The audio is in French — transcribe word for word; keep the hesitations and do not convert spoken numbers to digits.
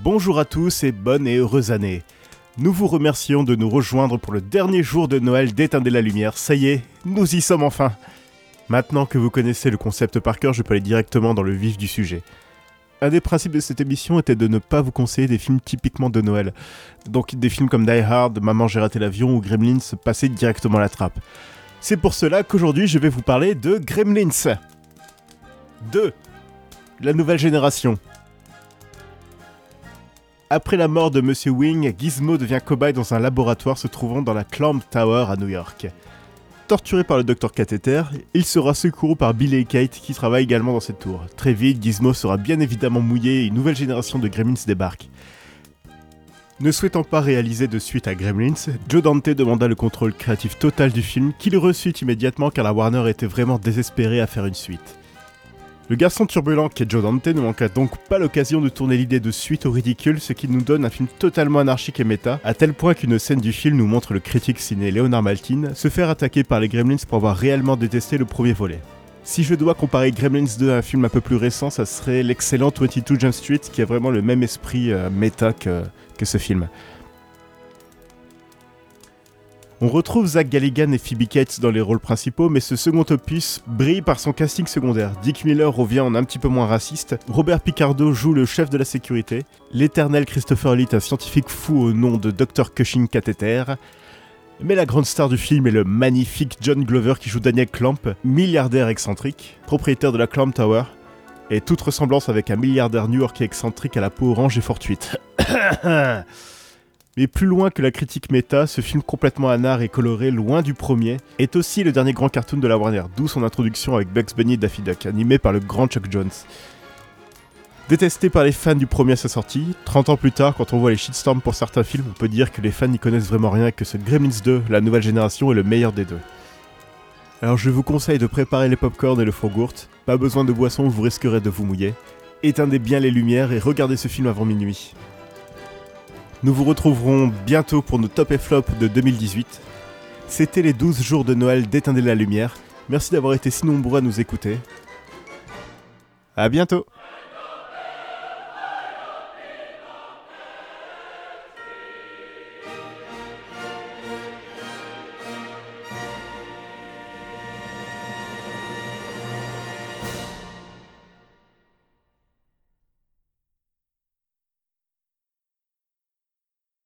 Bonjour à tous et bonne et heureuse année. Nous vous remercions de nous rejoindre pour le dernier jour de Noël d'Éteindre la lumière. Ça y est, nous y sommes enfin. Maintenant que vous connaissez le concept par cœur, je peux aller directement dans le vif du sujet. Un des principes de cette émission était de ne pas vous conseiller des films typiquement de Noël. Donc des films comme Die Hard, Maman j'ai raté l'avion ou Gremlins passaient directement à la trappe. C'est pour cela qu'aujourd'hui je vais vous parler de Gremlins deux, la nouvelle génération. Après la mort de Monsieur Wing, Gizmo devient cobaye dans un laboratoire se trouvant dans la Clamp Tower à New York. Torturé par le docteur Cathéter, il sera secouru par Billy et Kate qui travaillent également dans cette tour. Très vite, Gizmo sera bien évidemment mouillé et une nouvelle génération de Gremlins débarque. Ne souhaitant pas réaliser de suite à Gremlins, Joe Dante demanda le contrôle créatif total du film, qu'il reçut immédiatement car la Warner était vraiment désespérée à faire une suite. Le garçon turbulent qu'est Joe Dante ne manqua donc pas l'occasion de tourner l'idée de suite au ridicule, ce qui nous donne un film totalement anarchique et méta, à tel point qu'une scène du film nous montre le critique ciné Leonard Maltin se faire attaquer par les Gremlins pour avoir réellement détesté le premier volet. Si je dois comparer Gremlins deux à un film un peu plus récent, ça serait l'excellent vingt-deux Jump Street qui a vraiment le même esprit euh, méta que, que ce film. On retrouve Zach Galligan et Phoebe Cates dans les rôles principaux, mais ce second opus brille par son casting secondaire. Dick Miller revient en un petit peu moins raciste, Robert Picardo joue le chef de la sécurité, l'éternel Christopher Lee, un scientifique fou au nom de docteur Cushing Cathéter, mais la grande star du film est le magnifique John Glover qui joue Daniel Clamp, milliardaire excentrique, propriétaire de la Clamp Tower, et toute ressemblance avec un milliardaire new-yorkais excentrique à la peau orange est fortuite. Mais plus loin que la critique méta, ce film complètement anard et coloré, loin du premier, est aussi le dernier grand cartoon de la Warner, d'où son introduction avec Bugs Bunny et Daffy Duck, animé par le grand Chuck Jones. Détesté par les fans du premier à sa sortie, trente ans plus tard, quand on voit les shitstorms pour certains films, on peut dire que les fans n'y connaissent vraiment rien et que ce Gremlins deux, la nouvelle génération, est le meilleur des deux. Alors je vous conseille de préparer les popcorn et le fourgourt, pas besoin de boisson, vous risquerez de vous mouiller. Éteindez bien les lumières et regardez ce film avant minuit. Nous vous retrouverons bientôt pour nos top et flop de deux mille dix-huit. C'était les douze jours de Noël d'Éteindre la lumière. Merci d'avoir été si nombreux à nous écouter. À bientôt.